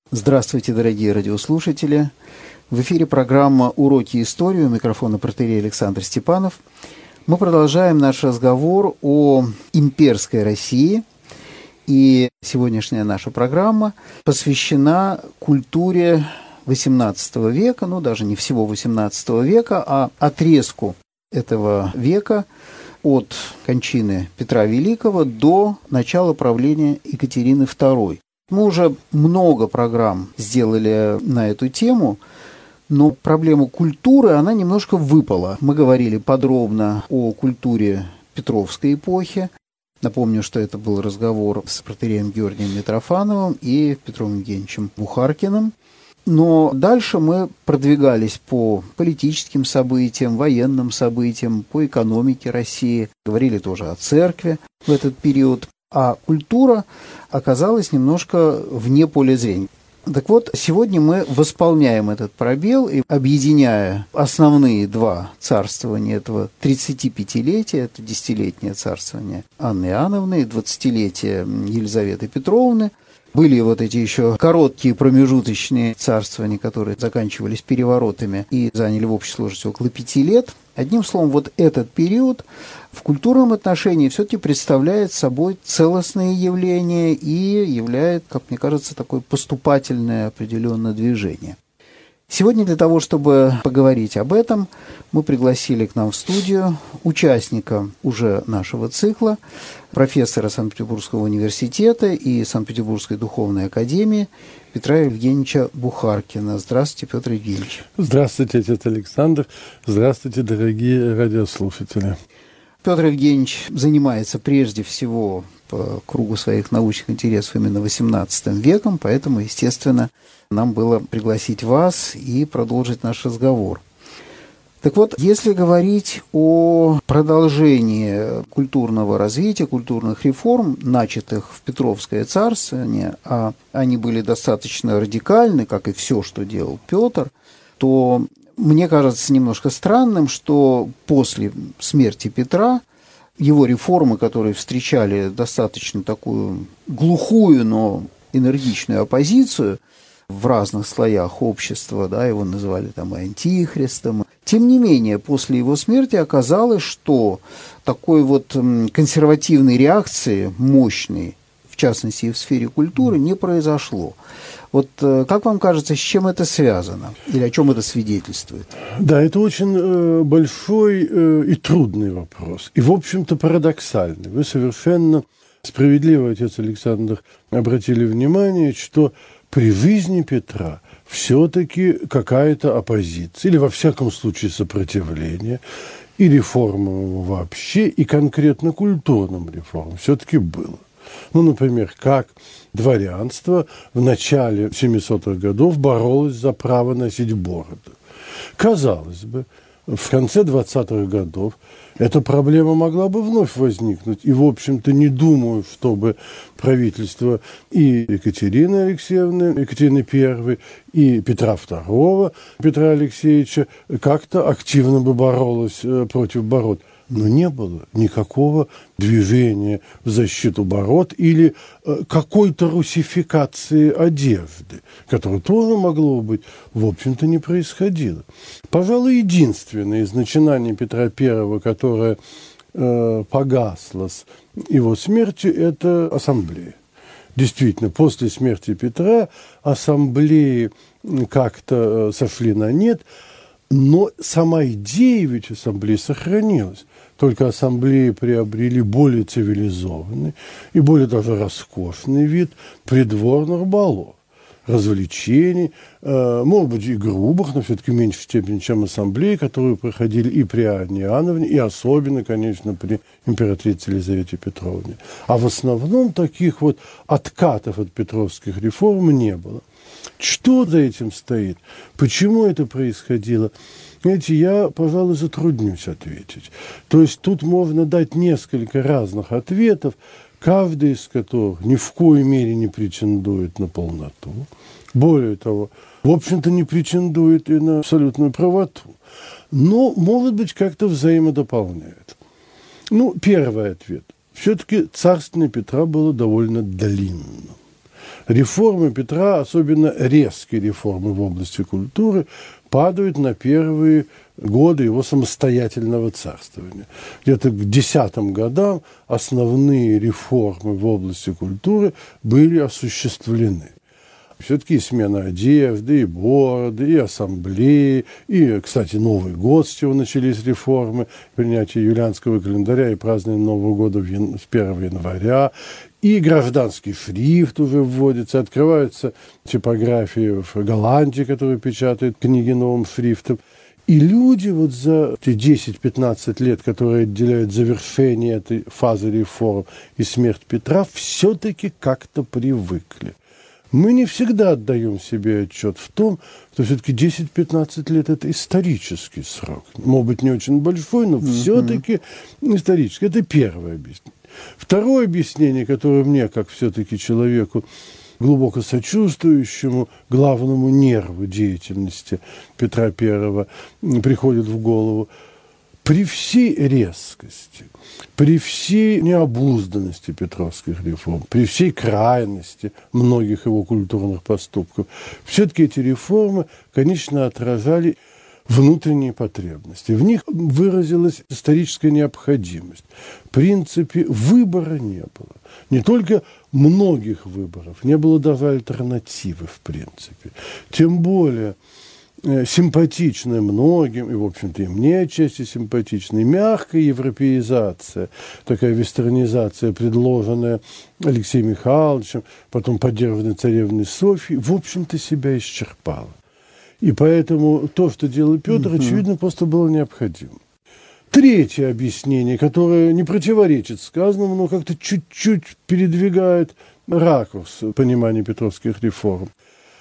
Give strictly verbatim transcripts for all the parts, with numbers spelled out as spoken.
Здравствуйте, дорогие радиослушатели. В эфире программа «Уроки истории». У микрофона протоиерей Александр Степанов. Мы продолжаем наш разговор о имперской России. И сегодняшняя наша программа посвящена культуре восемнадцатого века, ну даже не всего восемнадцатого века, а отрезку этого века от кончины Петра Великого до начала правления Екатерины второй. Мы уже много программ сделали на эту тему, но проблема культуры, она немножко выпала. Мы говорили подробно о культуре Петровской эпохи. Напомню, что это был разговор с протоиереем Георгием Митрофановым и Петром Евгеньевичем Бухаркиным. Но дальше мы продвигались по политическим событиям, военным событиям, по экономике России. Говорили тоже о церкви в этот период. А культура оказалась немножко вне поля зрения. Так вот, сегодня мы восполняем этот пробел и, объединяя основные два царствования этого тридцатипятилетия, это десятилетнее царствование Анны Иоанновны и двадцатилетие Елизаветы Петровны, были вот эти еще короткие промежуточные царствования, которые заканчивались переворотами и заняли в общей сложности около пяти лет. Одним словом, вот этот период в культурном отношении все-таки представляет собой целостное явление и является, как мне кажется, такое поступательное определенное движение. Сегодня для того, чтобы поговорить об этом, мы пригласили к нам в студию участника уже нашего цикла, профессора Санкт-Петербургского университета и Санкт-Петербургской духовной академии Петра Евгеньевича Бухаркина. Здравствуйте, Петр Евгеньевич. Здравствуйте, отец Александр. Здравствуйте, дорогие радиослушатели. Петр Евгеньевич занимается прежде всего по кругу своих научных интересов именно восемнадцатым веком, поэтому, естественно, нам было пригласить вас и продолжить наш разговор. Так вот, если говорить о продолжении культурного развития, культурных реформ, начатых в Петровское царствование, а они были достаточно радикальны, как и все, что делал Петр, то мне кажется немножко странным, что после смерти Петра его реформы, которые встречали достаточно такую глухую, но энергичную оппозицию в разных слоях общества, да, его называли там и антихристом. Тем не менее, после его смерти оказалось, что такой вот консервативной реакции, мощной, в частности и в сфере культуры, не произошло. Вот как вам кажется, с чем это связано? Или о чем это свидетельствует? Да, это очень большой и трудный вопрос. И, в общем-то, парадоксальный. Вы совершенно справедливо, отец Александр, обратили внимание, что при жизни Петра все-таки какая-то оппозиция, или, во всяком случае, сопротивление, и реформам вообще, и конкретно культурным реформам все-таки было. Ну, например, как дворянство в начале семисотых годов боролось за право носить бороду. Казалось бы, в конце двадцатых годов эта проблема могла бы вновь возникнуть. И, в общем-то, не думаю, чтобы правительство и Екатерины Алексеевны, Екатерины Первой, и Петра Второго, Петра Алексеевича, как-то активно бы боролось против бород. Но не было никакого движения в защиту бород или какой-то русификации одежды, которая тоже могло быть, в общем-то, не происходило. Пожалуй, единственное из начинаний Петра Первого, которое э, погасло с его смертью, это ассамблея. Действительно, после смерти Петра ассамблеи как-то сошли на нет, но сама идея ведь ассамблеи сохранилась. Только ассамблеи приобрели более цивилизованный и более даже роскошный вид придворных балов, развлечений, э, может быть, и грубых, но все-таки в меньшей степени, чем ассамблеи, которые проходили и при Анне Иоанновне, и особенно, конечно, при императрице Елизавете Петровне. А в основном таких вот откатов от петровских реформ не было. Что за этим стоит? Почему это происходило? Знаете, я, пожалуй, затруднюсь ответить. То есть тут можно дать несколько разных ответов, каждый из которых ни в коей мере не претендует на полноту. Более того, в общем-то, не претендует и на абсолютную правоту. Но, может быть, как-то взаимодополняет. Ну, первый ответ. Все-таки царствование Петра было довольно длинным. Реформы Петра, особенно резкие реформы в области культуры, падают на первые годы его самостоятельного царствования. Где-то к десятым годам основные реформы в области культуры были осуществлены. Все-таки и смена одежды, и бороды, и ассамблеи, и, кстати, Новый год, с чего начались реформы, принятие юлианского календаря и празднование Нового года с первого января, и гражданский шрифт уже вводится, открываются типографии в Голландии, которые печатают книги новым шрифтом. И люди вот за те десять-пятнадцать лет, которые отделяют завершение этой фазы реформ и смерть Петра, все-таки как-то привыкли. Мы не всегда отдаем себе отчет в том, что все-таки десять-пятнадцать лет – это исторический срок. Может быть, не очень большой, но mm-hmm. все-таки исторический. Это первое объяснение. Второе объяснение, которое мне, как все-таки человеку, глубоко сочувствующему главному нерву деятельности Петра Первого, приходит в голову. При всей резкости, при всей необузданности петровских реформ, при всей крайности многих его культурных поступков, все-таки эти реформы, конечно, отражали внутренние потребности. В них выразилась историческая необходимость. В принципе, выбора не было. Не только многих выборов, не было даже альтернативы, в принципе. Тем более симпатичная многим, и, в общем-то, и мне отчасти симпатичная, мягкая европеизация, такая вестернизация, предложенная Алексеем Михайловичем, потом поддержанная царевной Софьей, в общем-то, себя исчерпала. И поэтому то, что делал Петр, uh-huh. очевидно, просто было необходимо. Третье объяснение, которое не противоречит сказанному, но как-то чуть-чуть передвигает ракурс понимания петровских реформ.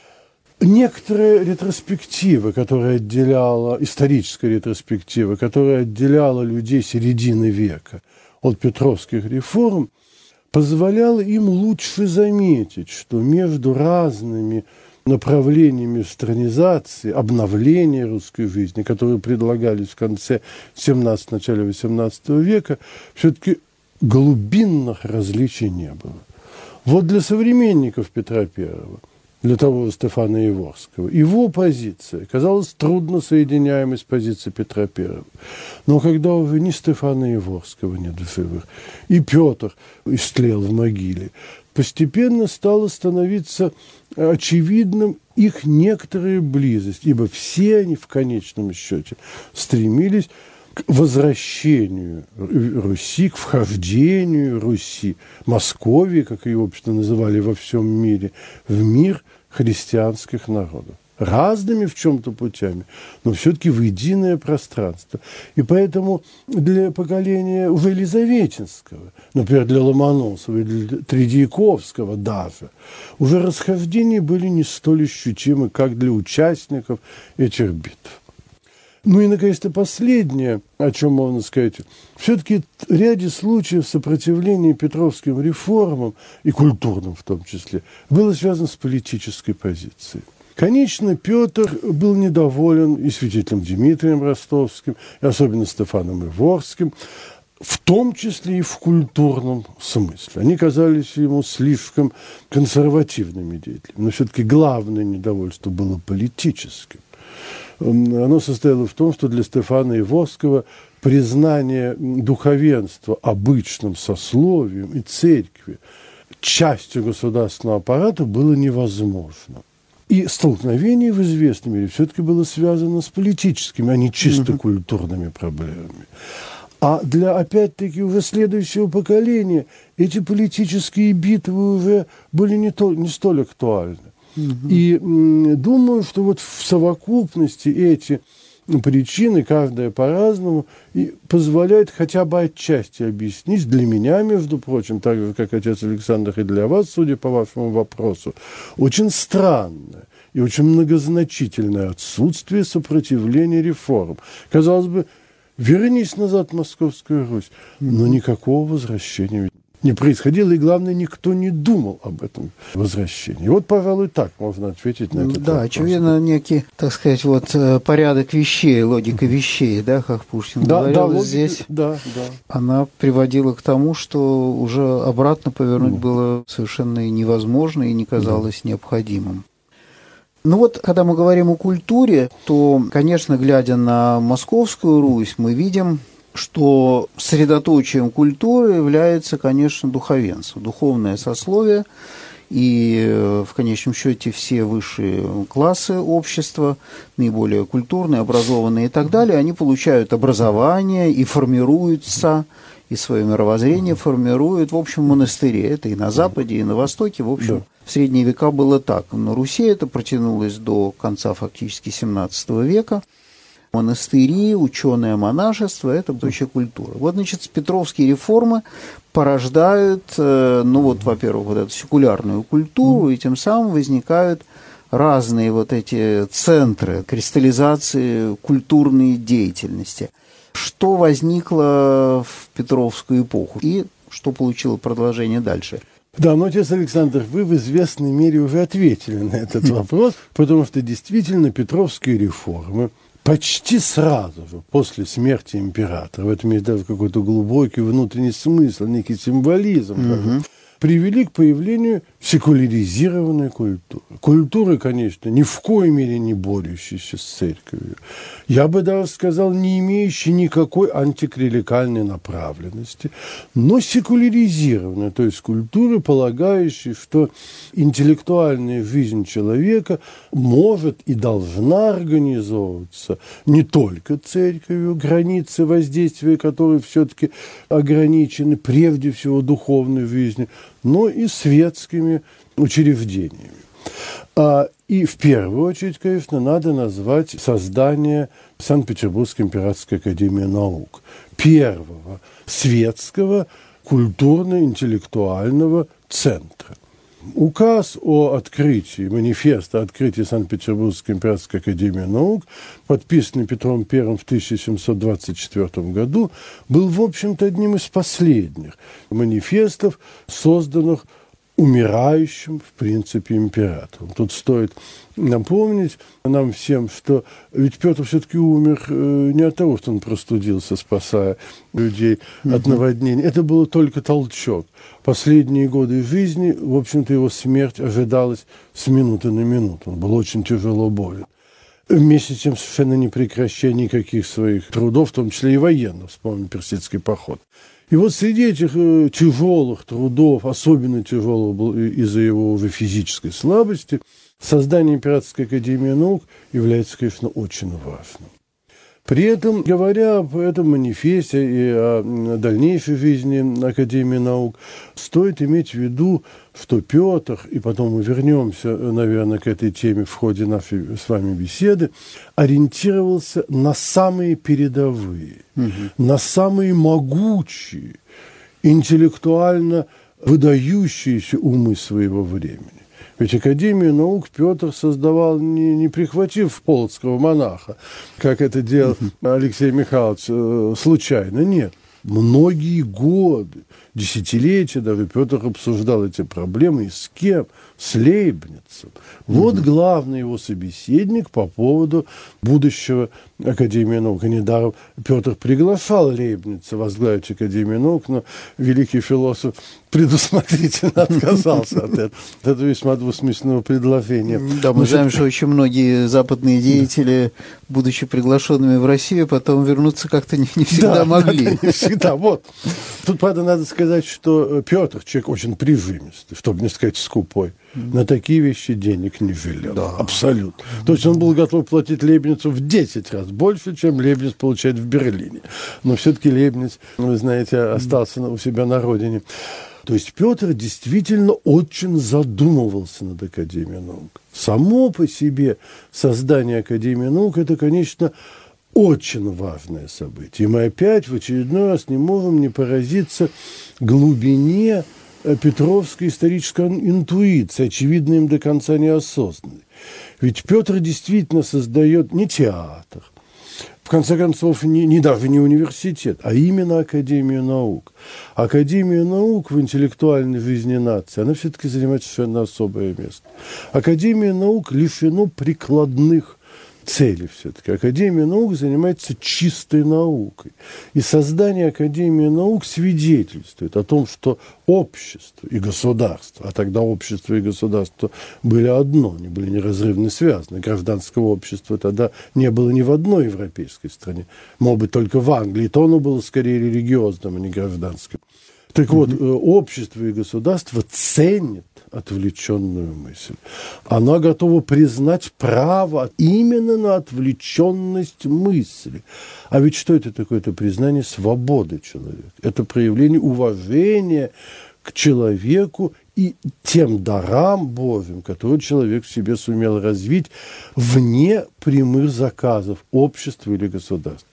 Некоторая ретроспектива, которая отделяла, историческая ретроспектива, которая отделяла людей середины века от петровских реформ, позволяла им лучше заметить, что между разными направлениями вестернизации, обновления русской жизни, которые предлагались в конце семнадцатого, начале восемнадцатого века, все-таки глубинных различий не было. Вот для современников Петра Первого, для того же Стефана Яворского, его позиция казалась трудно соединяемой с позицией Петра Первого. Но когда уже ни Стефана Яворского нет в живых, и Петр истлел в могиле, постепенно стало становиться очевидным их некоторая близость, ибо все они в конечном счете стремились к возвращению Руси, к вхождению Руси, Московии, как ее общество называли во всем мире, в мир христианских народов. Разными в чем-то путями, но все-таки в единое пространство. И поэтому для поколения уже елизаветинского, например, для Ломоносова и для Тредьяковского даже, уже расхождения были не столь ощутимы, как для участников этих битв. Ну и, наконец-то, последнее, о чем можно сказать. Все-таки в ряде случаев сопротивление петровским реформам, и культурным в том числе, было связано с политической позицией. Конечно, Петр был недоволен и святителем Дмитрием Ростовским, и особенно Стефаном Яворским, в том числе и в культурном смысле. Они казались ему слишком консервативными деятелями. Но все-таки главное недовольство было политическим. Оно состояло в том, что для Стефана Яворского признание духовенства обычным сословием и церкви частью государственного аппарата было невозможно. И столкновение в известном мире все-таки было связано с политическими, а не чисто uh-huh. культурными проблемами. А для, опять-таки, уже следующего поколения эти политические битвы уже были не, то, не столь актуальны. Uh-huh. И м, думаю, что вот в совокупности эти причины, каждая по-разному, и позволяет хотя бы отчасти объяснить для меня, между прочим, так же, как отец Александр, и для вас, судя по вашему вопросу, очень странное и очень многозначительное отсутствие сопротивления реформ. Казалось бы, вернись назад в Московскую Русь, но никакого возвращения. не происходило, и, главное, никто не думал об этом возвращении. Вот, пожалуй, так можно ответить на этот да, вопрос. очевидно, некий, так сказать, вот порядок вещей, логика вещей, да, как Пушкин да, говорил, да, логика, здесь да, да. она приводила к тому, что уже обратно повернуть mm. было совершенно невозможно и не казалось mm. необходимым. Ну вот, когда мы говорим о культуре, то, конечно, глядя на Московскую Русь, мы видим, что средоточием культуры является, конечно, духовенство, духовное сословие, и в конечном счете все высшие классы общества, наиболее культурные, образованные и так далее, они получают образование и формируются, и свое мировоззрение формируют, в общем, в монастыре. Это и на Западе, и на Востоке, в общем, да. В средние века было так. На Руси это протянулось до конца фактически семнадцатого века. Монастыри, ученое монашество – это будущая культура. Вот, значит, Петровские реформы порождают, ну вот, во-первых, вот эту секулярную культуру, и тем самым возникают разные вот эти центры кристаллизации культурной деятельности. Что возникло в Петровскую эпоху и что получило продолжение дальше? Да, но, отец Александр, вы в известной мере уже ответили на этот вопрос, потому что действительно Петровские реформы почти сразу же после смерти императора, в этом есть даже какой-то глубокий внутренний смысл, некий символизм, mm-hmm. привели к появлению секуляризированной культуры. Культуры, конечно, ни в коей мере не борющейся с церковью. Я бы даже сказал, не имеющей никакой антиклерикальной направленности, но секуляризированной, то есть культуры, полагающей, что интеллектуальная жизнь человека может и должна организовываться не только церковью, границы воздействия которой все-таки ограничены прежде всего духовной жизнью, но и светскими учреждениями. А, и в первую очередь, конечно, надо назвать создание Санкт-Петербургской императорской академии наук, первого светского культурно-интеллектуального центра. Указ о открытии, манифест о открытии Санкт-Петербургской императорской академии наук, подписанный Петром Первым в тысяча семьсот двадцать четвёртом году, был, в общем-то, одним из последних манифестов, созданных умирающим, в принципе, императором. Тут стоит напомнить нам всем, что ведь Петр все-таки умер не от того, что он простудился, спасая людей mm-hmm. от наводнений. Это было только толчок. Последние годы жизни, в общем-то, его смерть ожидалась с минуты на минуту. Он был очень тяжело болен. Вместе с тем совершенно не прекращая никаких своих трудов, в том числе и военных, вспомним персидский поход. И вот среди этих э, тяжелых трудов, особенно тяжелого был из-за его уже физической слабости, создание Императорской академии наук является, конечно, очень важным. При этом, говоря об этом манифесте и о дальнейшей жизни Академии наук, стоит иметь в виду, что Петр, и потом мы вернемся, наверное, к этой теме в ходе нашей с вами беседы, ориентировался на самые передовые, угу. на самые могучие, интеллектуально выдающиеся умы своего времени. Ведь Академию наук Петр создавал, не, не прихватив полоцкого монаха, как это делал Алексей Михайлович, случайно, нет. Многие годы, десятилетия даже Петр обсуждал эти проблемы и с кем? С Лейбницем. Вот mm-hmm. главный его собеседник по поводу будущего Академии наук. И недаром Петр приглашал Лейбница возглавить Академию наук, но великий философ предусмотрительно отказался от этого, от этого весьма двусмысленного предложения. Да, мы знаем, что очень многие западные деятели, будучи приглашенными в Россию, потом вернуться как-то не, не всегда да, могли. Да, не всегда, вот. Тут, правда, надо сказать, что Петр, человек очень прижимистый, чтобы не сказать скупой, mm-hmm. на такие вещи денег не жалел. Да. Абсолютно. Mm-hmm. То есть он был готов платить Лейбницу в десять раз больше, чем Лейбниц получает в Берлине. Но все-таки Лейбниц, вы знаете, остался mm-hmm. у себя на родине. То есть Петр действительно очень задумывался над Академией наук. Само по себе создание Академии наук – это, конечно, очень важное событие. И мы опять в очередной раз не можем не поразиться глубине петровской исторической интуиции, очевидно, им до конца неосознанной. Ведь Петр действительно создает не театр, в конце концов, не, не даже не университет, а именно Академию наук. Академия наук в интеллектуальной жизни нации, она все-таки занимает совершенно особое место. Академия наук лишена прикладных цели все-таки. Академия наук занимается чистой наукой. И создание Академии наук свидетельствует о том, что общество и государство, а тогда общество и государство были одно, они были неразрывно связаны. Гражданского общества тогда не было ни в одной европейской стране. Может быть, только в Англии. То оно было скорее религиозным, а не гражданским. Так вот, mm-hmm. общество и государство ценят отвлеченную мысль. Она готова признать право именно на отвлеченность мысли. А ведь что это такое? Это признание свободы человека. Это проявление уважения к человеку и тем дарам Божьим, которые человек в себе сумел развить вне прямых заказов общества или государства.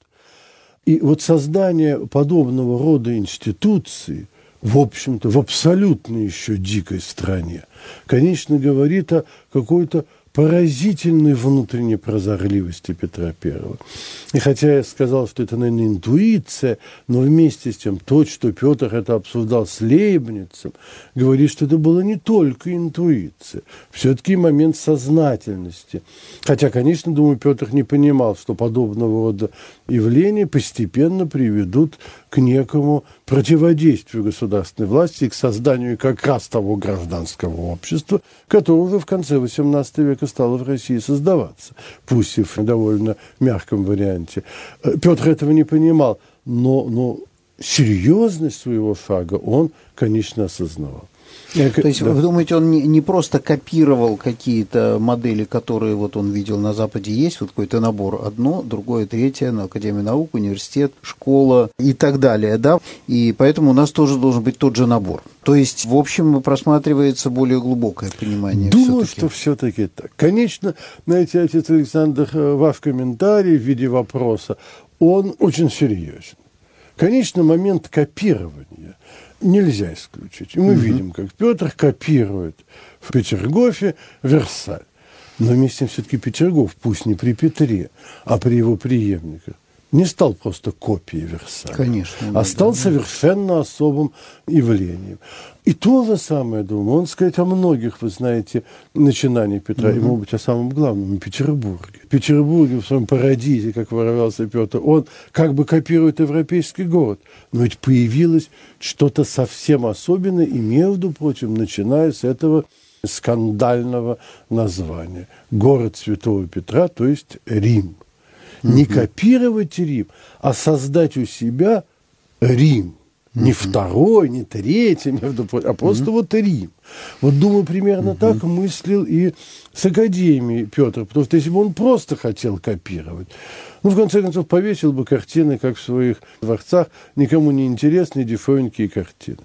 И вот создание подобного рода институции, в общем-то, в абсолютно еще дикой стране, конечно, говорит о какой-то поразительной внутренней прозорливости Петра Первого. И хотя я сказал, что это, наверное, интуиция, но вместе с тем то, что Петр это обсуждал с Лейбницем, говорит, что это была не только интуиция, все-таки момент сознательности. Хотя, конечно, думаю, Петр не понимал, что подобного рода явления постепенно приведут к некому противодействию государственной власти и к созданию как раз того гражданского общества, которое уже в конце восемнадцатого века стало в России создаваться, пусть и в довольно мягком варианте. Петр этого не понимал, но, но серьезность своего шага он, конечно, осознавал. То есть, да. Вы думаете, он не, не просто копировал какие-то модели, которые вот он видел на Западе, есть вот какой-то набор, одно, другое, третье, на Академию наук, университет, школа и так далее, да, и поэтому у нас тоже должен быть тот же набор. То есть, в общем, просматривается более глубокое понимание. Думаю, все-таки. что все-таки так. Конечно, знаете, отец Александр, ваш комментарий в виде вопроса, он очень серьезен. Конечно, момент копирования нельзя исключить. И мы угу. видим, как Петр копирует в Петергофе Версаль. Но вместе с тем все-таки Петергоф, пусть не при Петре, а при его преемниках, не стал просто копией Версаля, Конечно, а да, стал да. совершенно особым явлением. И то же самое, думаю, он сказать о многих, вы знаете, начинаниях Петра, угу. и, может быть, о самом главном, о Петербурге. В Петербурге, в своем парадизе, как выражался Петр, он как бы копирует европейский город, но ведь появилось что-то совсем особенное, и, между прочим, начиная с этого скандального названия. Город Святого Петра, то есть Рим. Не копировать Рим, а создать у себя Рим. Не uh-huh. второй, не третий, между прочим, а просто uh-huh. вот Рим. Вот, думаю, примерно uh-huh. так мыслил и с Академией Петр, потому что если бы он просто хотел копировать, ну, в конце концов, повесил бы картины, как в своих дворцах, никому не интересные дешевенькие картины.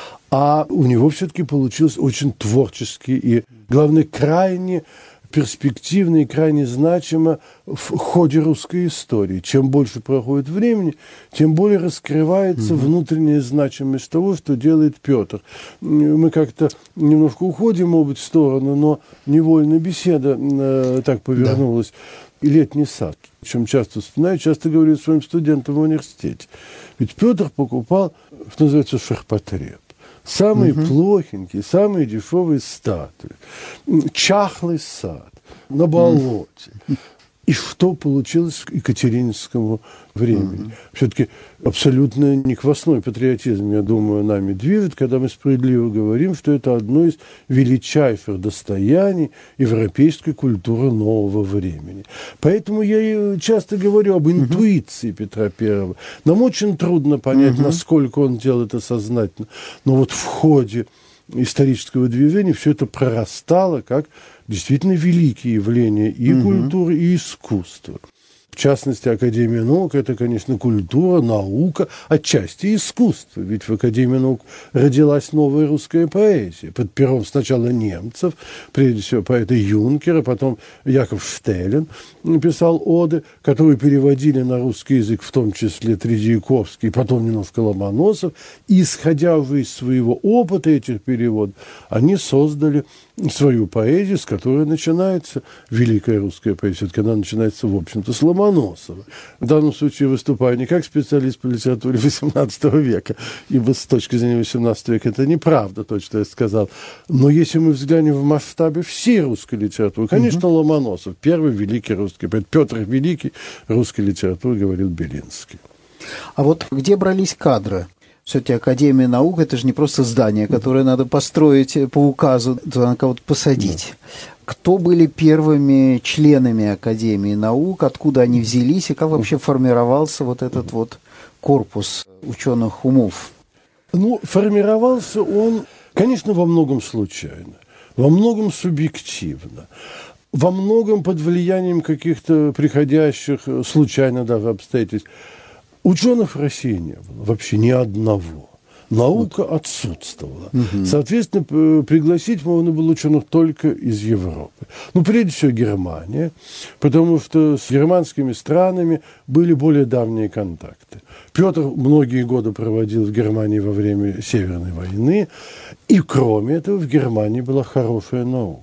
А у него все-таки получилось очень творчески и, главное, крайне перспективно и крайне значимо в ходе русской истории. Чем больше проходит времени, тем более раскрывается угу. внутренняя значимость того, что делает Петр. Мы как-то немножко уходим, может быть, в сторону, но невольно беседа э, так повернулась. Да. И летний сад, о чем часто вспоминаю, часто говорю своим студентам в университете. Ведь Петр покупал, что называется, ширпотреб. Самые угу. плохенькие, самые дешевые статуи, чахлый сад на болоте. И что получилось в екатерининскому времени? Mm-hmm. Все-таки абсолютно не квасной патриотизм, я думаю, нами движет, когда мы справедливо говорим, что это одно из величайших достояний европейской культуры нового времени. Поэтому я часто говорю об интуиции mm-hmm. Петра Первого. Нам очень трудно понять, mm-hmm. насколько он делал это сознательно. Но вот в ходе исторического движения все это прорастало как действительно великие явления и угу. культуры, и искусства. В частности, Академия наук – это, конечно, культура, наука, отчасти искусство. Ведь в Академии наук родилась новая русская поэзия. Под пером сначала немцев, прежде всего поэта Юнкера, потом Яков Штеллин написал оды, которые переводили на русский язык, в том числе Тредьяковский, потом немножко Ломоносов. И, исходя уже из своего опыта этих переводов, они создали свою поэзию, с которой начинается великая русская поэзия. Она начинается, в общем-то, с Ломоносова. Ломоносова. В данном случае выступаю не как специалист по литературе восемнадцатого века, ибо с точки зрения восемнадцатого века это неправда, то, что я сказал. Но если мы взглянем в масштабе всей русской литературы, конечно, mm-hmm. Ломоносов, первый великий русский поэт, Петр Великий русской литературы, говорил Белинский. А вот где брались кадры? Все-таки Академия наук – это же не просто здание, которое надо построить по указу, туда надо кого-то посадить. Да. Кто были первыми членами Академии наук, откуда они взялись, и как вообще формировался вот этот вот корпус ученых умов? Ну, формировался он, конечно, во многом случайно, во многом субъективно, во многом под влиянием каких-то приходящих, случайно даже обстоятельств. Ученых в России не было, вообще ни одного. Наука вот. отсутствовала. Угу. Соответственно, пригласить можно было ученых только из Европы. Ну, прежде всего, Германия, потому что с германскими странами были более давние контакты. Петр многие годы проводил в Германии во время Северной войны, и, кроме этого, в Германии была хорошая наука.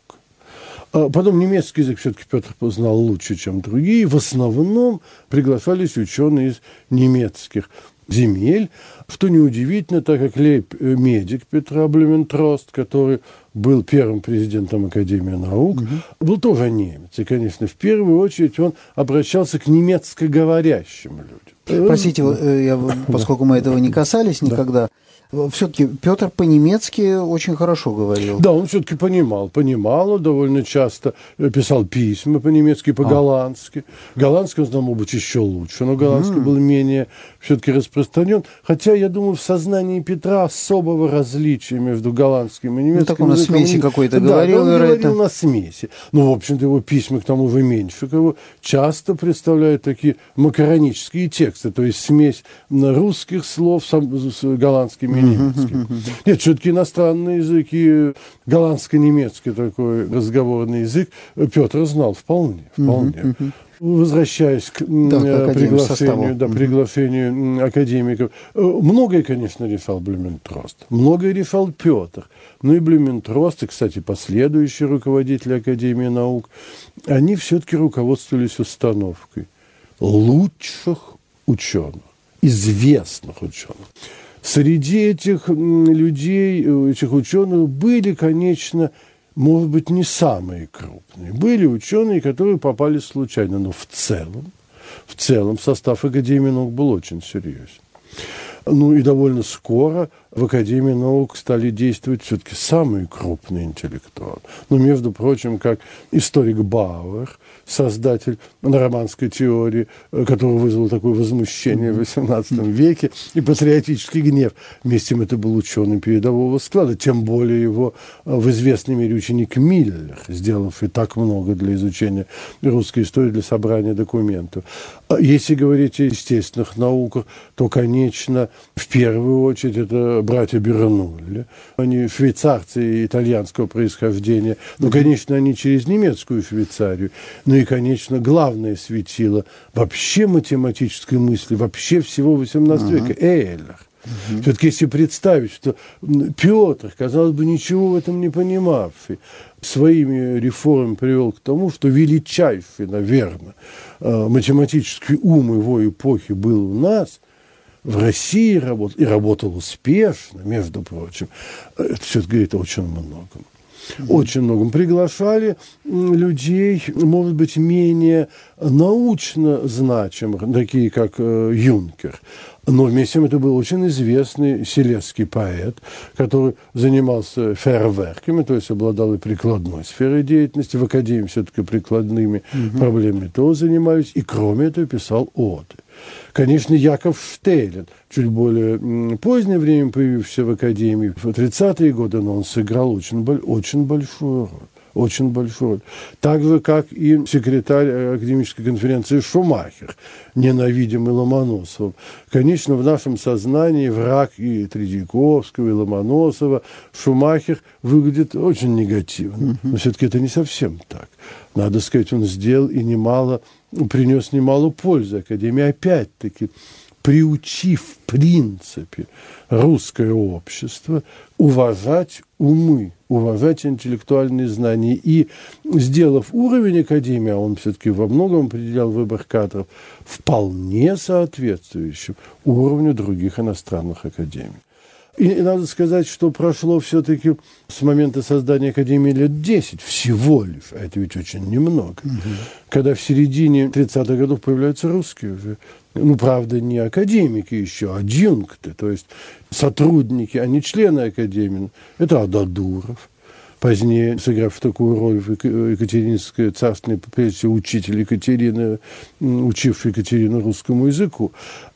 Потом немецкий язык все-таки Петр познал лучше, чем другие. В основном приглашались ученые из немецких земель, что неудивительно, так как лейб-медик Петра Блюментрост, который был первым президентом Академии наук, угу. был тоже немец. И, конечно, в первую очередь он обращался к немецкоговорящим людям. Простите, я, поскольку мы этого не касались никогда, все-таки Петр по-немецки очень хорошо говорил. Да, он все-таки понимал, понимал, довольно часто писал письма по-немецки, по-голландски. А. Голландский он знал, может быть, еще лучше, но голландский mm. был менее все-таки распространен. Хотя, я думаю, в сознании Петра особого различия между голландским и немецким. Ну, так он на смеси какой-то да, говорил, он вероятно. говорил на смеси. Ну, в общем-то, его письма к тому же Меньшикову часто представляют такие макаронические тексты, то есть смесь русских слов с голландскими немецкий. Нет, все-таки иностранные языки, голландско-немецкий такой разговорный язык Петр знал вполне. вполне. Возвращаясь к, да, к приглашению, да, приглашению академиков, многое, конечно, решал Блюментрост, многое решал Петр. Ну и Блюментрост, и, кстати, последующие руководители Академии наук, они все-таки руководствовались установкой лучших ученых, известных ученых. Среди этих людей, этих ученых были, конечно, может быть, не самые крупные. Были ученые, которые попали случайно, но в целом, в целом состав Академии наук был очень серьезен. Ну и довольно скоро в Академии наук стали действовать все-таки самые крупные интеллектуалы. Ну, между прочим, как историк Бауэр, создатель романской теории, который вызвал такое возмущение в восемнадцатом веке, и патриотический гнев. Вместе с тем это был ученый передового склада, тем более его в известной мере ученик Миллер, сделавший так много для изучения русской истории, для собрания документов. Если говорить о естественных науках, то, конечно, в первую очередь это братья Бернулли. Они швейцарцы итальянского происхождения. Ну, конечно, они через немецкую Швейцарию. Ну и, конечно, главное светило вообще математической мысли, вообще всего восемнадцатого века, Эйлер. Угу. Все-таки если представить, что Петр, казалось бы, ничего в этом не понимавший, своими реформами привел к тому, что величайший, наверное, математический ум его эпохи был у нас, в России работал, и работал успешно, между прочим. Это все говорит очень многом. Mm-hmm. Очень многом. Приглашали людей, может быть, менее научно значимых, такие как э, Юнкер. Но вместе с тем это был очень известный селезский поэт, который занимался фейерверками, то есть обладал и прикладной сферой деятельности. В Академии все-таки прикладными mm-hmm. проблемами тоже занимались. И кроме этого писал оды. Конечно, Яков Штейлин, чуть более позднее время появившийся в Академии, в тридцатые годы, но он сыграл очень, очень большую роль. Очень большую роль. Так же, как и секретарь академической конференции Шумахер, ненавидимый Ломоносовым. Конечно, в нашем сознании враг и Тредьяковского, и Ломоносова, Шумахер выглядит очень негативно. Но все-таки это не совсем так. Надо сказать, он сделал и немало, принес немало пользы Академии. Опять-таки, приучив, в принципе, русское общество уважать умы, уважать интеллектуальные знания. И, сделав уровень академии, а он все-таки во многом определял выбор кадров, вполне соответствующим уровню других иностранных академий. И, и надо сказать, что прошло все-таки с момента создания Академии лет десять всего лишь, а это ведь очень немного, угу. Когда в середине тридцатых годов появляются русские уже, ну, правда, не академики еще, а адъюнкты, то есть сотрудники, а не члены Академии. Это Ададуров, позднее сыгравший такую роль в Екатерининской царственной, прежде всего, учитель Екатерины, учивший Екатерину русскому языку.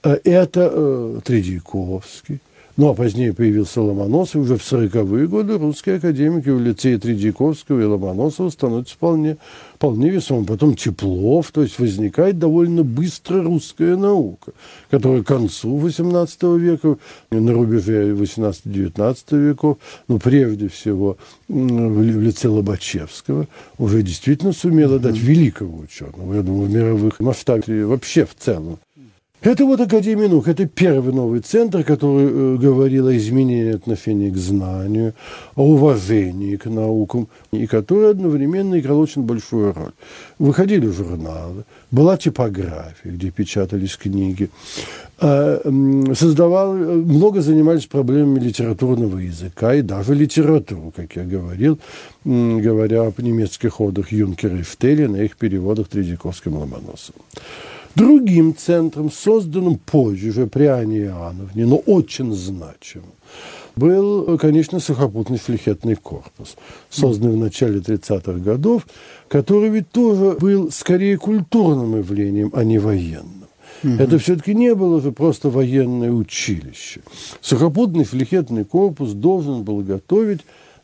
Это э, Тредьяковский. Ну, а позднее появился Ломоносов. Уже в сороковые годы русские академики в лице Тредьяковского и Ломоносова становятся вполне, вполне весомым. Потом Теплов. То есть возникает довольно быстро русская наука, которая к концу восемнадцатого века, на рубеже восемнадцатого-девятнадцатого веков, ну, прежде всего, в лице Лобачевского, уже действительно сумела дать великого ученого, я думаю, в мировых масштабах и вообще в целом. Это вот Академия наук, это первый новый центр, который э, говорил о изменении отношения к знанию, о уважении к наукам, и который одновременно играл очень большую роль. Выходили журналы, была типография, где печатались книги, э, э, создавал, много занимались проблемами литературного языка и даже литературу, как я говорил, э, говоря о немецких одах Юнкера и Штеля, на их переводах Тредьяковским и Ломоносовым. Другим центром, созданным позже, уже при Анне Иоанновне, но очень значимым, был, конечно, сухопутный флехетный корпус, созданный в начале тридцатых годов, который ведь тоже был скорее культурным явлением, а не военным. Угу. Это все-таки не было же просто военное училище. Сухопутный флехетный корпус должен был готовить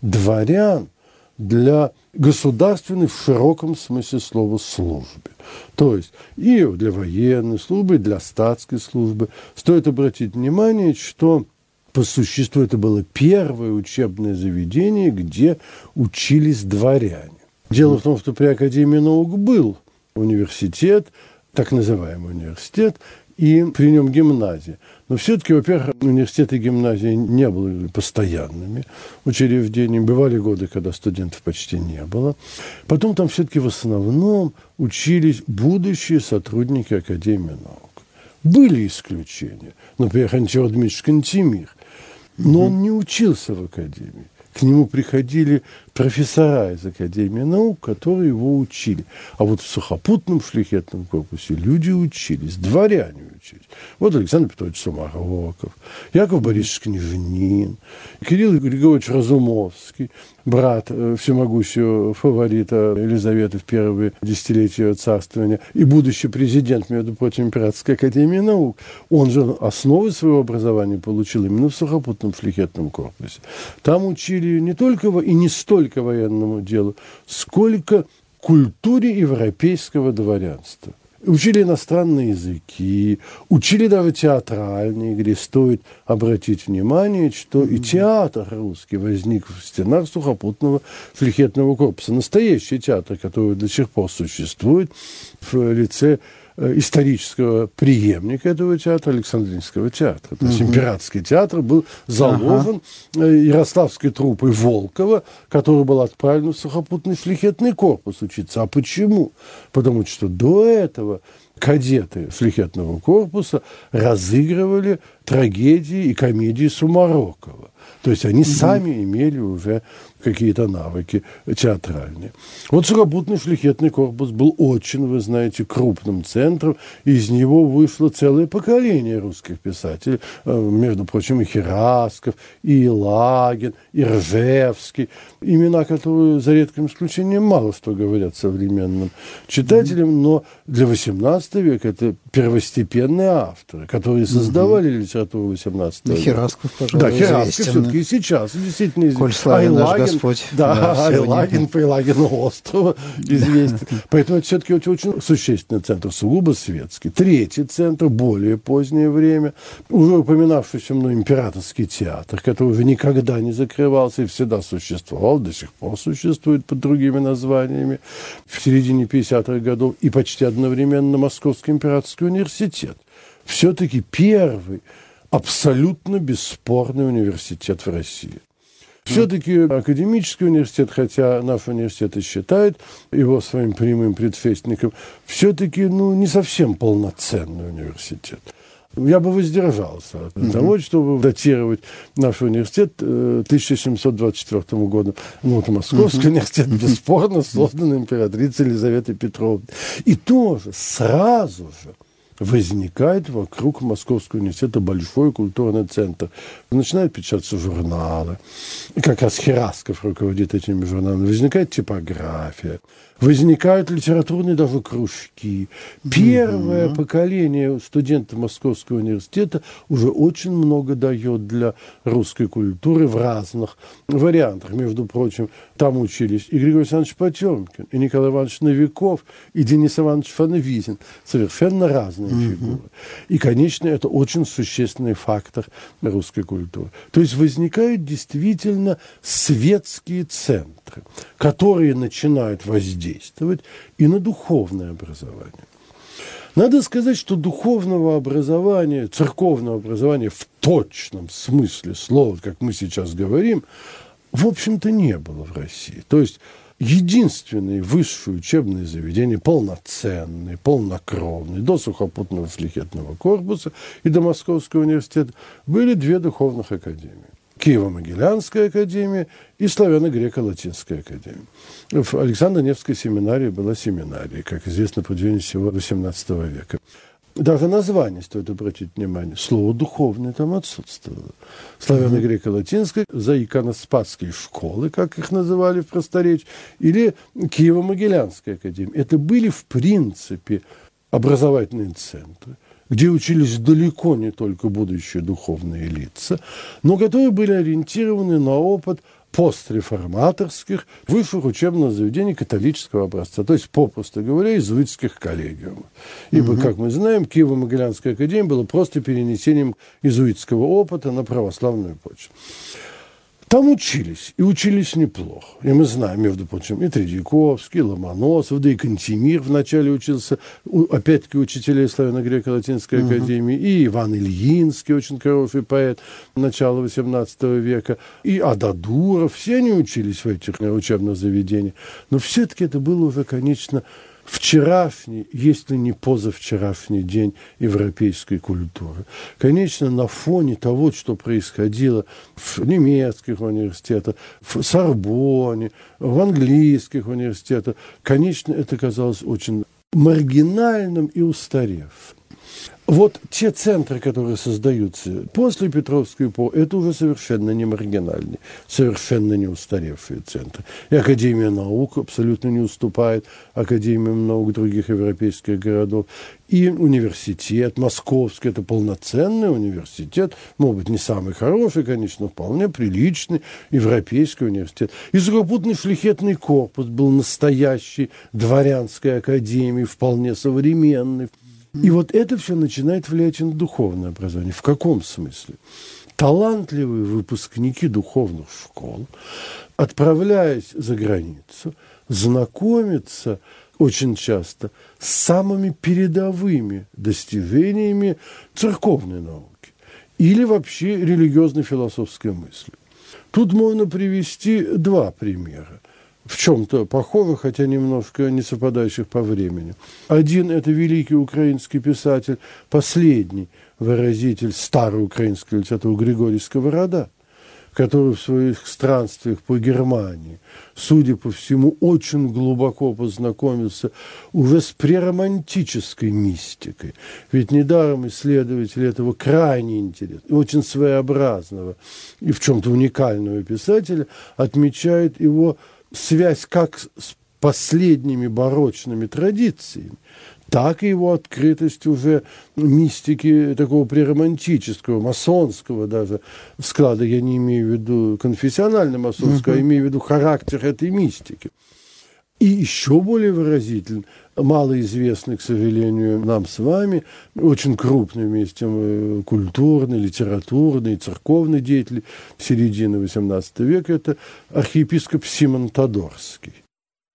дворян для государственной в широком смысле слова службы. То есть и для военной службы, и для статской службы. Стоит обратить внимание, что по существу это было первое учебное заведение, где учились дворяне. Дело в том, что при Академии наук был университет, так называемый университет, и при нем гимназия. Но все-таки, во-первых, университеты и гимназии не были постоянными учреждениями. Бывали годы, когда студентов почти не было. Потом там все-таки в основном учились будущие сотрудники Академии наук. Были исключения. Например, Антиох Дмитриевич Кантемир. Но он не учился в Академии. К нему приходили профессора из Академии наук, которые его учили. А вот в сухопутном флехетном корпусе люди учились, дворяне учились. Вот Александр Петрович Сумароков, Яков Борисович Княжнин, Кирилл Григорьевич Разумовский, брат всемогущего фаворита Елизаветы в первые десятилетия ее царствования и будущий президент, между прочим, Императорской академии наук. Он же основы своего образования получил именно в сухопутном флехетном корпусе. Там учили не только и не столько военному делу, сколько культуре европейского дворянства. Учили иностранные языки, учили даже театральные, где стоит обратить внимание, что и театр русский возник в стенах сухопутного флехетного корпуса. Настоящий театр, который до сих пор существует в лице исторического преемника этого театра, Александринского театра. То есть угу. Императорский театр был заложен ага. ярославской труппой Волкова, который был отправлен в сухопутный флехетный корпус учиться. А почему? Потому что до этого кадеты флехетного корпуса разыгрывали трагедии и комедии Сумарокова. То есть они угу. сами имели уже какие-то навыки театральные. Вот сухопутный флехетный корпус был очень, вы знаете, крупным центром. Из него вышло целое поколение русских писателей. Между прочим, и Херасков, и Елагин, и Ржевский. Имена, которые, за редким исключением, мало что говорят современным читателям, но для восемнадцатого века это первостепенные авторы, которые создавали mm-hmm. литературу восемнадцатого века. Херасков, пожалуй, да, Херасков все-таки и сейчас действительно известен. Коль славен наш Господь. Да, да Айлагин по Елагину острова известен. Поэтому это все-таки очень, очень существенный центр, сугубо светский. Третий центр, более позднее время, уже упоминавшийся мной Императорский театр, который уже никогда не закрывался и всегда существовал, до сих пор существует под другими названиями. В середине пятидесятых годов и почти одновременно Московский императорский университет. все-таки первый абсолютно бесспорный университет в России. Все-таки академический университет, хотя наш университет и считает его своим прямым предшественником, все-таки ну, не совсем полноценный университет. Я бы воздержался от mm-hmm. того, чтобы датировать наш университет тысяча семьсот двадцать четвёртому году. Ну, это Московский mm-hmm. университет, бесспорно, создан императрицей Елизаветой Петровной. И тоже сразу же возникает вокруг Московского университета большой культурный центр. Начинают печататься журналы. И как раз Херасков руководит этими журналами. Возникает типография. Возникают литературные даже кружки. Первое mm-hmm. поколение студентов Московского университета уже очень много дает для русской культуры в разных вариантах. Между прочим, там учились и Григорий Александрович Потемкин, и Николай Иванович Новиков, и Денис Иванович Фановизин. Совершенно разные mm-hmm. фигуры. И, конечно, это очень существенный фактор русской культуры. То есть возникают действительно светские центры, которые начинают воздействовать и на духовное образование. Надо сказать, что духовного образования, церковного образования в точном смысле слова, как мы сейчас говорим, в общем-то не было в России. То есть единственные высшие учебные заведения, полноценные, полнокровные, до сухопутного флехетного корпуса и до Московского университета, были две духовных академии. Киево-Могилянская академия и Славяно-Греко-Латинская академия. В Александро-Невской семинарии была семинария, как известно, продвижение всего восемнадцатого века. Даже название, стоит обратить внимание, слово «духовное» там отсутствовало. Славяно-Греко-Латинская, заиконоспасские школы, как их называли в просторечии, или Киево-Могилянская академия. Это были, в принципе, образовательные центры, где учились далеко не только будущие духовные лица, но которые были ориентированы на опыт постреформаторских высших учебных заведений католического образца, то есть, попросту говоря, иезуитских коллегиумов. Ибо, угу. как мы знаем, Киево-Могилянская академия была просто перенесением иезуитского опыта на православную почву. Там учились, и учились неплохо. И мы знаем, между прочим, и Тредьяковский, и Ломоносов, да и Кантемир вначале учился, опять-таки, учителей Славяно-Греко-Латинской uh-huh. академии, и Иван Ильинский, очень хороший поэт начала восемнадцатого века, и Ададуров, все они учились в этих учебных заведениях. Но все-таки это было уже, конечно, вчерашний, если не позавчерашний день европейской культуры. Конечно, на фоне того, что происходило в немецких университетах, в Сорбонне, в английских университетах, конечно, это казалось очень маргинальным и устаревшим. Вот те центры, которые создаются после Петровской эпохи, это уже совершенно не маргинальные, совершенно не устаревшие центры. И Академия наук абсолютно не уступает Академиям наук других европейских городов. И университет Московский – это полноценный университет, может быть, не самый хороший, конечно, но вполне приличный европейский университет. И сухопутный флехетный корпус был настоящей дворянской академией, вполне современной. И вот это все начинает влиять на духовное образование. В каком смысле? Талантливые выпускники духовных школ, отправляясь за границу, знакомятся очень часто с самыми передовыми достижениями церковной науки или вообще религиозно-философской мысли. Тут можно привести два примера. В чем-то похожих, хотя немножко не совпадающих по времени. Один – это великий украинский писатель, последний выразитель старой украинской литературы Григорий Сковорода, который в своих странствиях по Германии, судя по всему, очень глубоко познакомился уже с преромантической мистикой. Ведь недаром исследователи этого крайне интересного, очень своеобразного и в чем-то уникального писателя отмечают его связь как с последними барочными традициями, так и его открытость уже мистики такого преромантического, масонского даже склада. Я не имею в виду конфессионально-масонского, uh-huh. а имею в виду характер этой мистики. И еще более выразителен, малоизвестный, к сожалению, нам с вами, очень крупный вместе культурный, литературный, церковный деятель середины восемнадцатого века, это архиепископ Симон Тодорский.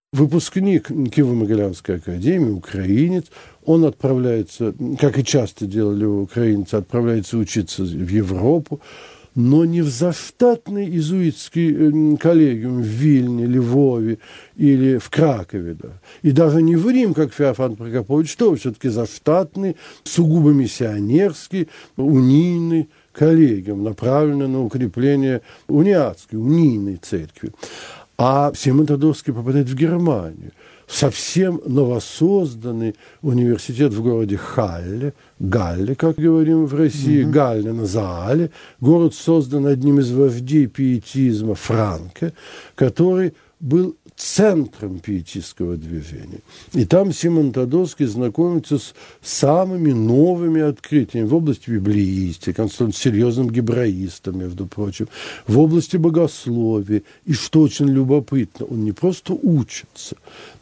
выпускник Киево-Могилянской академии, украинец, он отправляется, как и часто делали украинцы, отправляется учиться в Европу, но не в заштатный иезуитский коллегиум в Вильне, Львове или в Кракове, да. И даже не в Рим, как Феофан Прокопович, что все-таки заштатный, сугубо миссионерский, унийный коллегиум, направленный на укрепление униатской, унийной церкви. А Симон Тодорский попадает в Германию, в совсем новосозданный университет в городе Халле, Галле, как говорим в России, mm-hmm. Галле на Заале, город создан одним из вождей пиетизма Франке, который был центром пиетистского движения. И там Симон Тодорский знакомится с самыми новыми открытиями в области библеистики, он становится серьезным гебраистом, между прочим, в области богословия. И что очень любопытно, он не просто учится,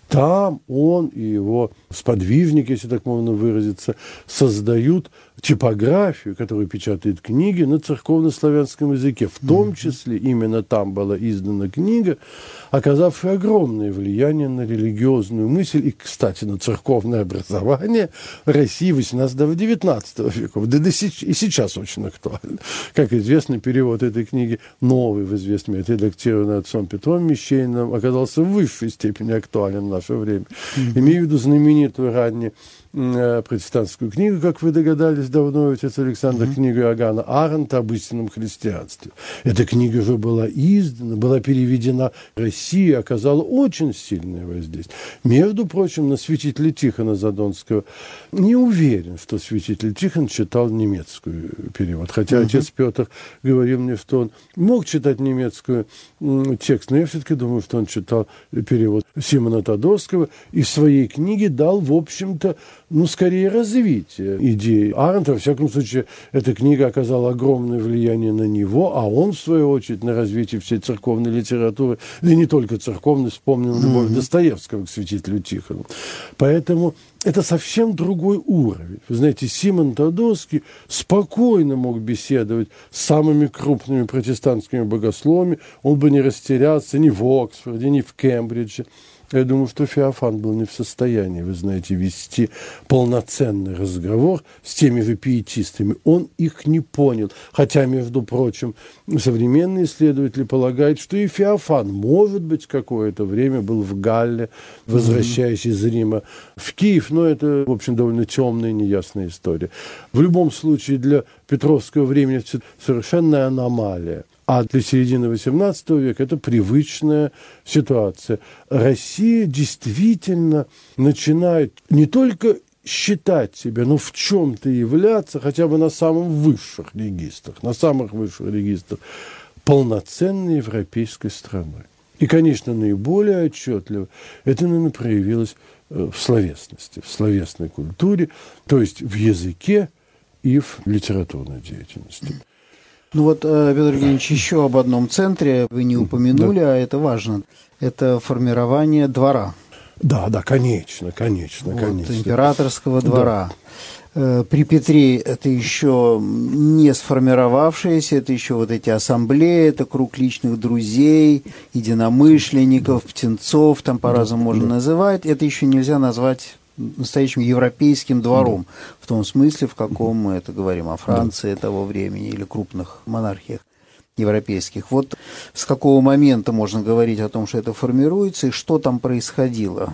там он и его сподвижники, если так можно выразиться, создают типографию, которая печатает книги на церковно-славянском языке. В том числе именно там была издана книга, оказавшая огромное влияние на религиозную мысль и, кстати, на церковное образование России восемнадцатого-девятнадцатого веков. Да, да и сейчас очень актуально. Как известно, перевод этой книги, новый в известном мире, редактированный отцом Петром Мещейным, оказался в высшей степени актуален в наше время. Mm-hmm. Имею в виду знаменитую ранее протестантскую книгу, как вы догадались, давно, отец Александр, mm-hmm. книгу Иоганна Арендта об истинном христианстве. Эта книга уже была издана, была переведена в России, оказала очень сильное воздействие. Между прочим, на святителя Тихона Задонского не уверен, что святитель Тихон читал немецкий перевод. Хотя mm-hmm. отец Петр говорил мне, что он мог читать немецкий текст, но я все-таки думаю, что он читал перевод Симона Тодорского и в своей книге дал, в общем-то, ну, скорее, развитие идеи Арендта. Во всяком случае, эта книга оказала огромное влияние на него, а он, в свою очередь, на развитие всей церковной литературы, да и не только церковной, вспомнил любовь mm-hmm. Достоевского к святителю Тихону. Поэтому это совсем другой уровень. Вы знаете, Симон Тодорский спокойно мог беседовать с самыми крупными протестантскими богословами, он бы не растерялся ни в Оксфорде, ни в Кембридже. Я думаю, что Феофан был не в состоянии, вы знаете, вести полноценный разговор с теми же пиетистами. Он их не понял. Хотя, между прочим, современные исследователи полагают, что и Феофан, может быть, какое-то время был в Галле, возвращаясь mm-hmm. из Рима в Киев. Но это, в общем, довольно темная и неясная история. В любом случае, для петровского времени это совершенная аномалия. А для середины восемнадцатого века это привычная ситуация. Россия действительно начинает не только считать себя, но в чем-то являться хотя бы на самых высших регистрах, на самых высших регистрах полноценной европейской страной. И, конечно, наиболее отчетливо это, наверное, проявилось в словесности, в словесной культуре, то есть в языке и в литературной деятельности. Ну вот, Петр Евгеньевич, еще об одном центре вы не упомянули, да. А это важно. Это формирование двора. Да, да, конечно, конечно, вот, конечно. Императорского двора. Да. При Петре это еще не сформировавшееся, это еще вот эти ассамблеи, это круг личных друзей, единомышленников, да. птенцов, там по-разному да. можно да. называть. Это еще нельзя назвать настоящим европейским двором, да. в том смысле, в каком мы это говорим о Франции да. того времени или крупных монархиях европейских. Вот с какого момента можно говорить о том, что это формируется, и что там происходило?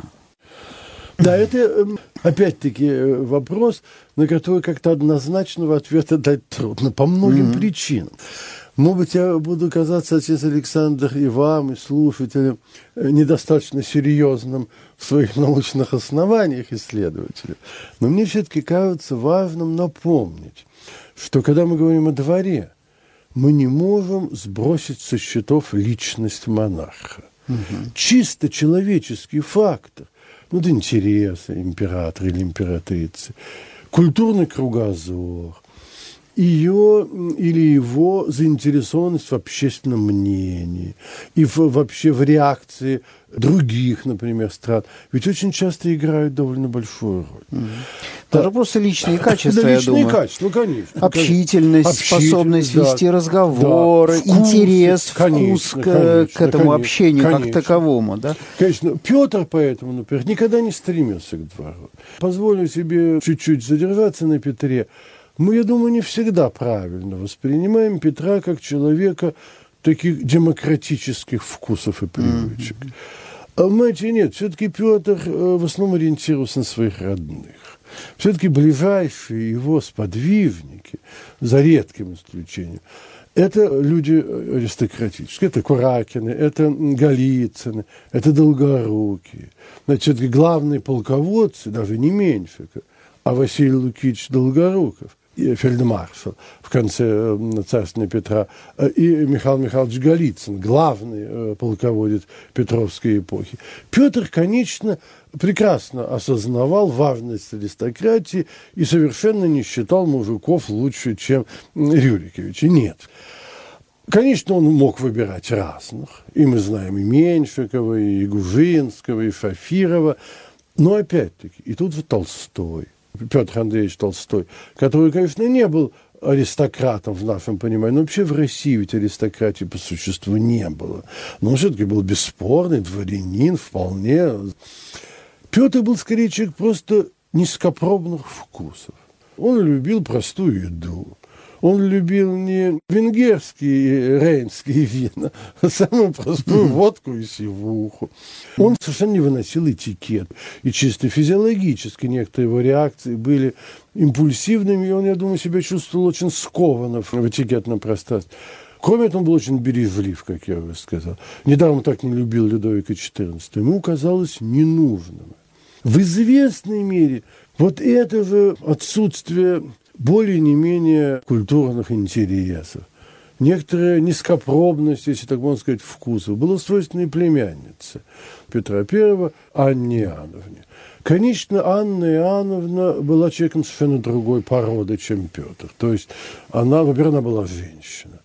Да, это, опять-таки, вопрос, на который как-то однозначного ответа дать трудно, по многим mm-hmm. причинам. Может быть, я буду казаться, отец Александр, и вам, и слушателям, недостаточно серьезным в своих научных основаниях исследователя. Но мне все-таки кажется важным напомнить, что когда мы говорим о дворе, мы не можем сбросить со счетов личность монарха. Угу. Чисто человеческий фактор, ну, да, интересы императора или императрицы, культурный кругозор, ее или его заинтересованность в общественном мнении и в, вообще в реакции других, например, стран, ведь очень часто играют довольно большую роль. Mm-hmm. Даже просто личные качества, да, я личные думаю. качества, конечно. Общительность, Общительность, способность да, вести разговоры, да, вкус, интерес, конечно, вкус к, конечно, к этому конечно, общению конечно. как таковому. Да? Конечно, Петр поэтому, например, никогда не стремился к двору. Позволю себе чуть-чуть задержаться на Петре. Мы, я думаю, не всегда правильно воспринимаем Петра как человека таких демократических вкусов и привычек. Mm-hmm. А знаете, нет, все-таки Петр в основном ориентировался на своих родных. Все-таки ближайшие его сподвижники, за редким исключением, это люди аристократические. Это Куракины, это Голицыны, это Долгорукие. Значит, все-таки главные полководцы, даже не Меньшиков, а Василий Лукич Долгоруков, фельдмаршал в конце царствования Петра, и Михаил Михайлович Голицын, главный полководец Петровской эпохи. Петр, конечно, прекрасно осознавал важность аристократии и совершенно не считал мужиков лучше, чем Рюриковичи. Нет. Конечно, он мог выбирать разных. И мы знаем и Меньшикова, и Гужинского, и Шафирова. Но опять-таки, и тут же Толстой. Петр Андреевич Толстой, который, конечно, не был аристократом в нашем понимании, но вообще в России ведь аристократии по существу не было. Но он все-таки был бесспорный дворянин, вполне. Петр был, скорее, человек просто низкопробных вкусов. Он любил простую еду. Он любил не венгерские рейнские вина, а самую простую водку и сивуху. Он совершенно не выносил этикет. И чисто физиологически некоторые его реакции были импульсивными, и он, я думаю, себя чувствовал очень скованно в этикетном пространстве. Кроме того, он был очень бережлив, как я уже сказал. Недаром он так не любил Людовика четырнадцатого. Ему казалось ненужным. В известной мере вот это же отсутствие более не менее культурных интересов, некоторая низкопробность, если так можно сказать, вкусов, было свойственно и племяннице Петра Первого Анне Иоанновне. Конечно, Анна Иоанновна была человеком совершенно другой породы, чем Петр. То есть она, во-первых, она была женщина.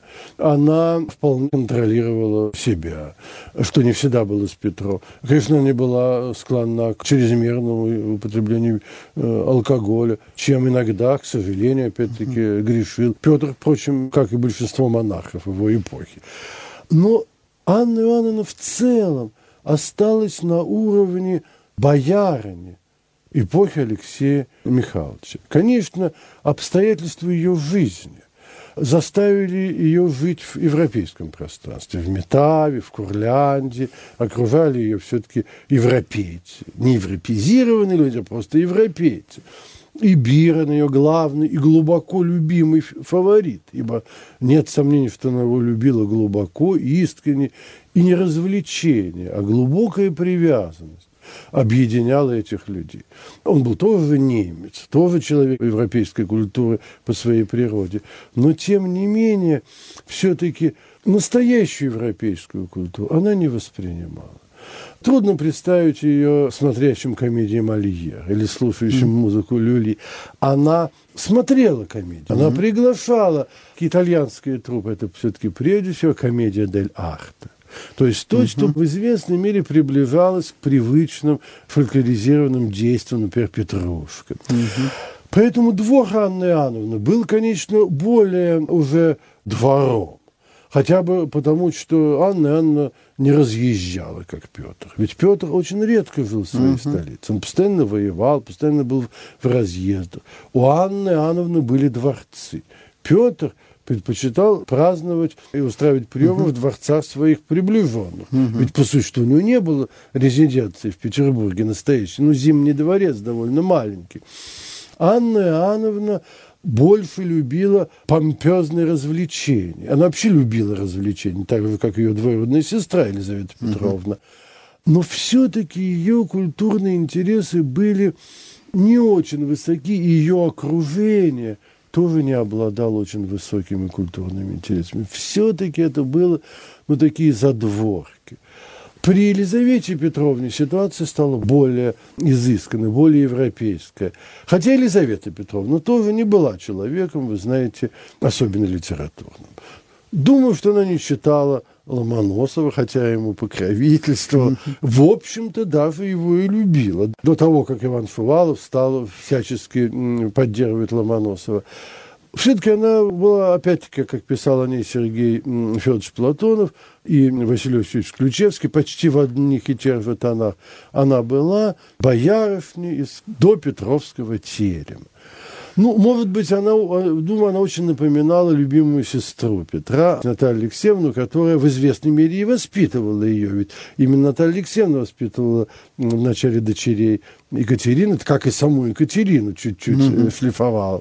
Она вполне контролировала себя, что не всегда было с Петром. Конечно, она не была склонна к чрезмерному употреблению э, алкоголя, чем иногда, к сожалению, опять-таки, mm-hmm. грешил Петр, впрочем, как и большинство монархов его эпохи. Но Анна Иоанновна в целом осталась на уровне боярыни эпохи Алексея Михайловича. Конечно, обстоятельства ее жизни заставили ее жить в европейском пространстве, в Метаве, в Курляндии, окружали ее все-таки европейцы. Не европеизированные люди, а просто европейцы. И Бирон, ее главный и глубоко любимый фаворит, ибо нет сомнений, что она его любила глубоко, искренне, и не развлечение, а глубокая привязанность объединяла этих людей. Он был тоже немец, тоже человек европейской культуры по своей природе, но тем не менее все-таки настоящую европейскую культуру она не воспринимала. Трудно представить ее смотрящим комедии Мольера или слушающим mm-hmm. музыку Люли. Она смотрела комедию, mm-hmm. она приглашала итальянские труппы. Это все-таки прежде всего комедия дель арте. То есть то, uh-huh. что в известной мере приближалось к привычным фольклоризированным действиям, например, Петрушка. Uh-huh. Поэтому двор Анны Иоанновны был, конечно, более уже двором. Хотя бы потому, что Анна Иоанновна не разъезжала, как Петр. Ведь Петр очень редко жил в своей uh-huh. столице. Он постоянно воевал, постоянно был в разъездах. У Анны Иоанновны были дворцы. Петр предпочитал праздновать и устраивать приемы uh-huh. в дворцах своих приближенных. Uh-huh. Ведь, по существу, у него не было резиденции в Петербурге настоящей. Ну, Зимний дворец довольно маленький. Анна Иоанновна больше любила помпезные развлечения. Она вообще любила развлечения, так же, как ее двоюродная сестра Елизавета Петровна. Uh-huh. Но все-таки ее культурные интересы были не очень высоки, и ее окружение тоже не обладал очень высокими культурными интересами. Все-таки это было, ну, такие задворки. При Елизавете Петровне ситуация стала более изысканной, более европейская. Хотя Елизавета Петровна тоже не была человеком, вы знаете, особенно литературным. Думаю, что она не читала Ломоносова, хотя ему покровительствовала. Mm-hmm. В общем-то, даже его и любила. До того, как Иван Шувалов стал всячески поддерживать Ломоносова. Все-таки она была, опять-таки, как писал о ней Сергей Федорович Платонов и Василий Васильевич Ключевский, почти в одних и тех же тонах. Она была боярышней из допетровского терема. Ну, может быть, она, думаю, она очень напоминала любимую сестру Петра, Наталью Алексеевну, которая в известной мере и воспитывала ее. Ведь именно Наталья Алексеевна воспитывала в начале дочерей Екатерины, как и саму Екатерину чуть-чуть mm-hmm. шлифовала.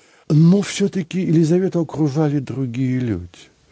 Но все-таки Елизавету окружали другие люди.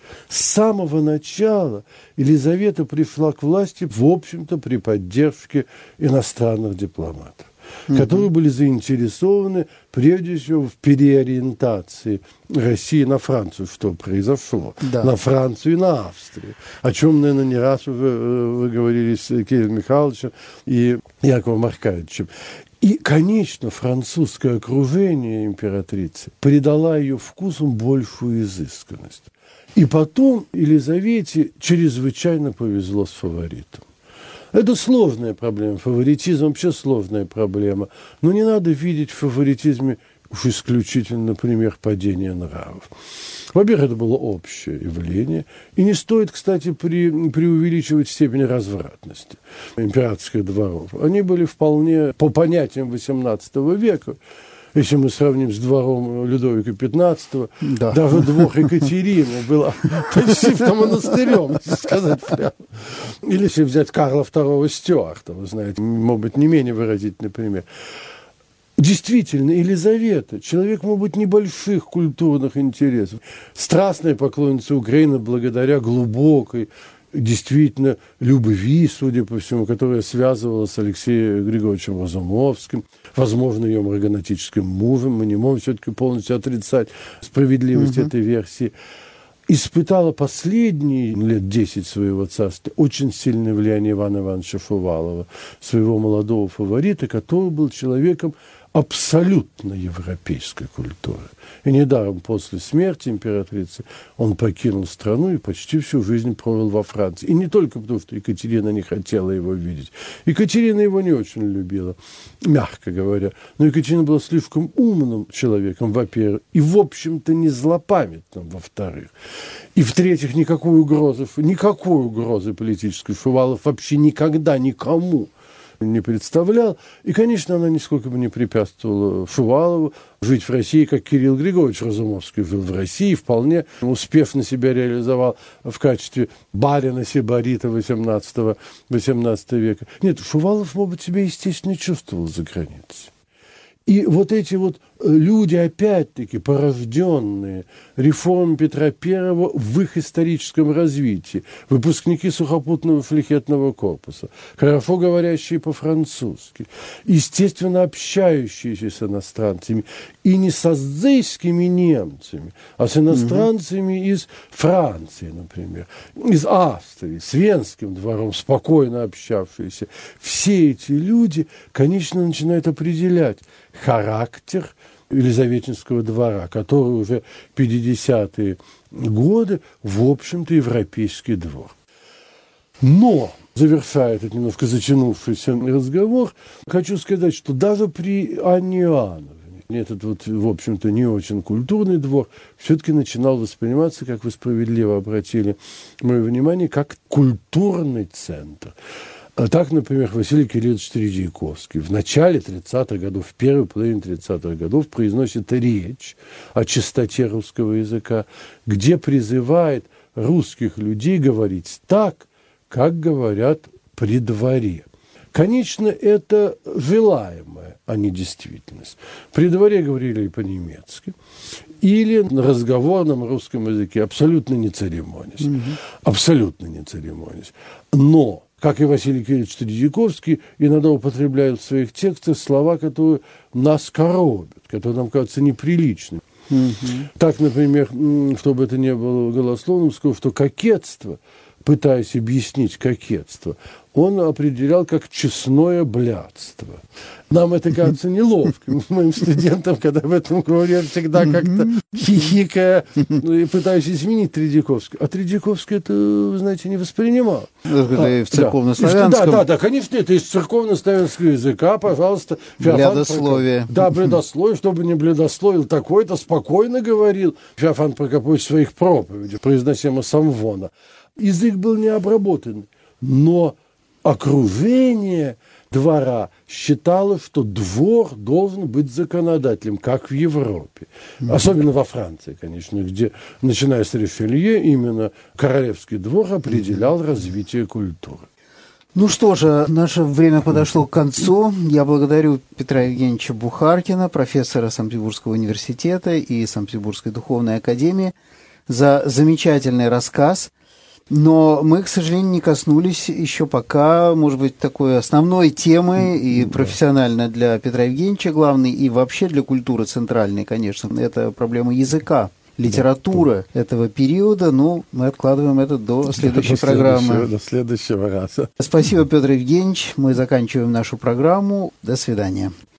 С самого начала Елизавета пришла к власти, в общем-то, при поддержке иностранных дипломатов, mm-hmm. которые были заинтересованы, прежде всего, в переориентации России на Францию, что произошло. Да. На Францию и на Австрию. О чем, наверное, не раз уже вы говорили с Кириллом Михайловичем и Яковом Марковичем. И, конечно, французское окружение императрицы придало ее вкусам большую изысканность. И потом Елизавете чрезвычайно повезло с фаворитом. Это сложная проблема. Фаворитизм вообще сложная проблема. Но не надо видеть в фаворитизме уж исключительно, например, падение нравов. Во-первых, это было общее явление. И не стоит, кстати, при, преувеличивать степень развратности императорских дворов. Они были вполне, по понятиям восемнадцатого века, если мы сравним с двором Людовика пятнадцатого, да. даже двор Екатерины был почти монастырем, если сказать прямо. Или если взять Карла второго Стюарта, вы знаете, может быть, не менее выразительный пример. Действительно, Елизавета, человек, может быть, небольших культурных интересов, страстная поклонница Украины благодаря глубокой, действительно, любви, судя по всему, которая связывала с Алексеем Григорьевичем Разумовским, возможно, ее марганатическим мужем, мы не можем все-таки полностью отрицать справедливость угу. этой версии, испытала последние лет десять своего царства очень сильное влияние Ивана Ивановича Шувалова, своего молодого фаворита, который был человеком абсолютно европейской культуры. И недаром после смерти императрицы он покинул страну и почти всю жизнь провел во Франции. И не только потому, что Екатерина не хотела его видеть. Екатерина его не очень любила, мягко говоря. Но Екатерина была слишком умным человеком, во-первых, и, в общем-то, не злопамятным, во-вторых. И, в-третьих, никакой угрозы, никакой угрозы политической Шувалов вообще никогда никому не представлял. И, конечно, она нисколько бы не препятствовала Шувалову жить в России, как Кирилл Григорьевич Разумовский жил в России, вполне успешно себя реализовал в качестве барина сибарита восемнадцатого века. Нет, Шувалов, может быть, себя, естественно, чувствовал за границей. И вот эти вот люди, опять-таки, порожденные реформами Петра Первого в их историческом развитии, выпускники сухопутного флехетного корпуса, хорошо говорящие по-французски, естественно, общающиеся с иностранцами, и не с аздзейскими немцами, а с иностранцами mm-hmm. из Франции, например, из Австрии, с Венским двором, спокойно общавшиеся. Все эти люди, конечно, начинают определять характер Елизаветинского двора, который уже в пятидесятые годы, в общем-то, европейский двор. Но, завершая этот немножко затянувшийся разговор, хочу сказать, что даже при Анне Иоанновне этот вот, в общем-то, не очень культурный двор все-таки начинал восприниматься, как вы справедливо обратили мое внимание, как культурный центр. Так, например, Василий Кириллович Тредьяковский в начале тридцатых годов, в первой половине тридцатых годов произносит речь о чистоте русского языка, где призывает русских людей говорить так, как говорят при дворе. Конечно, это желаемое, а не действительность. При дворе говорили и по-немецки, или на разговорном русском языке, абсолютно не церемонясь. Mm-hmm. Абсолютно не церемонясь. Но как и Василий Кириллович Тредьяковский, иногда употребляют в своих текстах слова, которые нас коробят, которые нам кажутся неприличными. Mm-hmm. Так, например, чтобы это не было голословным, скажу, что кокетство, пытаясь объяснить кокетство, он определял как честное блядство. Нам это кажется неловким. Моим студентам, когда об этом говорят, всегда как-то хихикая, и пытаюсь изменить Тредьяковский. А Тредьяковский это, вы знаете, не воспринимал. Это а, в церковно-славянском. Да, да, да, конечно, это из церковно-славянского языка, пожалуйста. Блядословие. Да, блядословие, чтобы не блядословил, такой-то спокойно говорил Феофан Прокопович в своих проповедях, произносимо самвона. Язык был не обработан, но окружение двора считало, что двор должен быть законодателем, как в Европе. Mm-hmm. Особенно во Франции, конечно, где, начиная с Ришелье, именно королевский двор определял mm-hmm. развитие культуры. Ну что же, наше время подошло к концу. Я благодарю Петра Евгеньевича Бухаркина, профессора Санкт-Петербургского университета и Санкт-Петербургской духовной академии, за замечательный рассказ. Но мы, к сожалению, не коснулись еще пока, может быть, такой основной темы и профессионально для Петра Евгеньевича главной, и вообще для культуры центральной, конечно. Это проблема языка, литературы да. этого периода. Ну, мы откладываем это до следующей до программы. Следующего, до следующего раза. Спасибо, Петр Евгеньевич. Мы заканчиваем нашу программу. До свидания.